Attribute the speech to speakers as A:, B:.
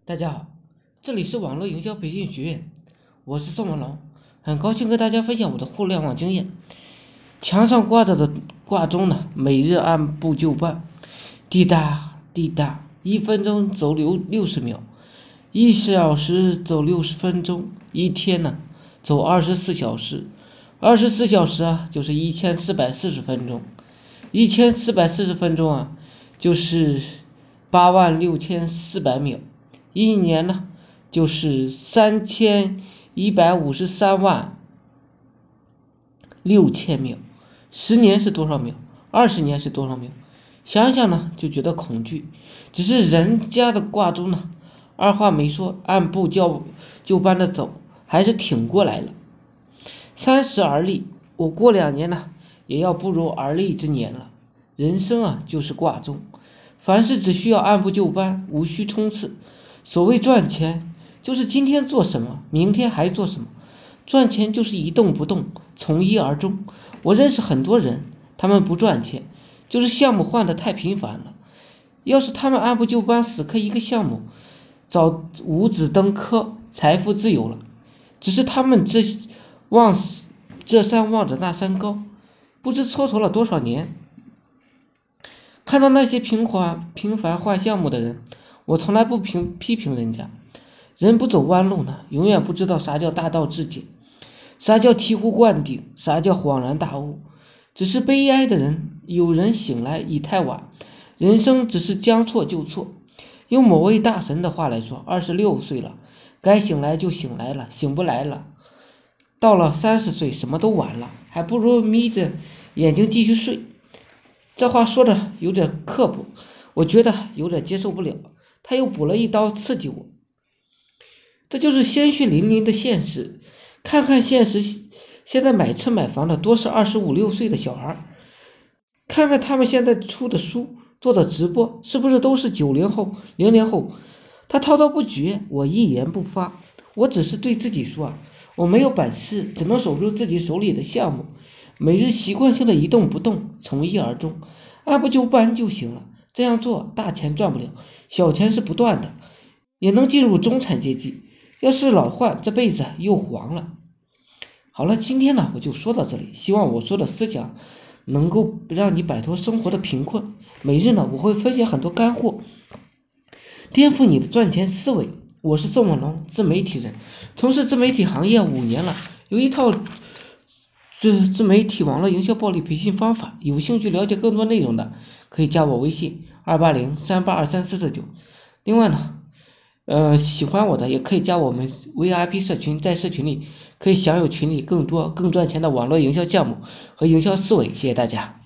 A: 大家好，这里是网络营销培训学院，我是宋文龙，很高兴跟大家分享我的互联网经验。墙上挂着的挂钟呢，每日按部就班，滴答滴答，1分钟走60秒，1小时走60分钟，一天呢走24小时，24小时啊就是1440分钟，1440分钟啊就是86400秒。一年呢，就是31536000秒。10年是多少秒？20年是多少秒？想想呢，就觉得恐惧。只是人家的挂钟呢，二话没说，按部就班的走，还是挺过来了。30而立，我过2年呢，也要步入而立之年了。人生啊，就是挂钟，凡事只需要按部就班，无需冲刺。所谓赚钱，就是今天做什么，明天还做什么。赚钱就是一动不动，从一而终。我认识很多人，他们不赚钱，就是项目换得太频繁了。要是他们按部就班，死磕一个项目，早五子登科，财富自由了。只是他们这山望着那山高，不知蹉跎了多少年。看到那些频繁换项目的人，我从来不批评人家。人不走弯路呢，永远不知道啥叫大道至简，啥叫醍醐灌顶，啥叫恍然大悟。只是悲哀的人，有人醒来已太晚。人生只是将错就错。用某位大神的话来说，26岁了，该醒来就醒来了，醒不来了。到了30岁，什么都晚了，还不如眯着眼睛继续睡。这话说的有点刻薄，我觉得有点接受不了。他又补了一刀刺激我。这就是鲜血淋淋的现实。看看现实，现在买车买房的多是25、26岁的小孩，看看他们现在出的书，做的直播，是不是都是90后、00后？他滔滔不绝，我一言不发。我只是对自己说啊，我没有本事，只能守住自己手里的项目，每日习惯性的一动不动，从一而终，按部就班就行了。这样做，大钱赚不了，小钱是不断的，也能进入中产阶级。要是老换，这辈子又黄了。好了，今天呢我就说到这里，希望我说的思想能够让你摆脱生活的贫困。每日呢我会分享很多干货，颠覆你的赚钱思维。我是宋文龙，自媒体人，从事自媒体行业5年了，有一套自媒体网络营销暴力培训方法。有兴趣了解更多内容的，可以加我微信28038234449。另外呢喜欢我的也可以加我们 VIP 社群，在社群里可以享有群里更多更赚钱的网络营销项目和营销思维。谢谢大家。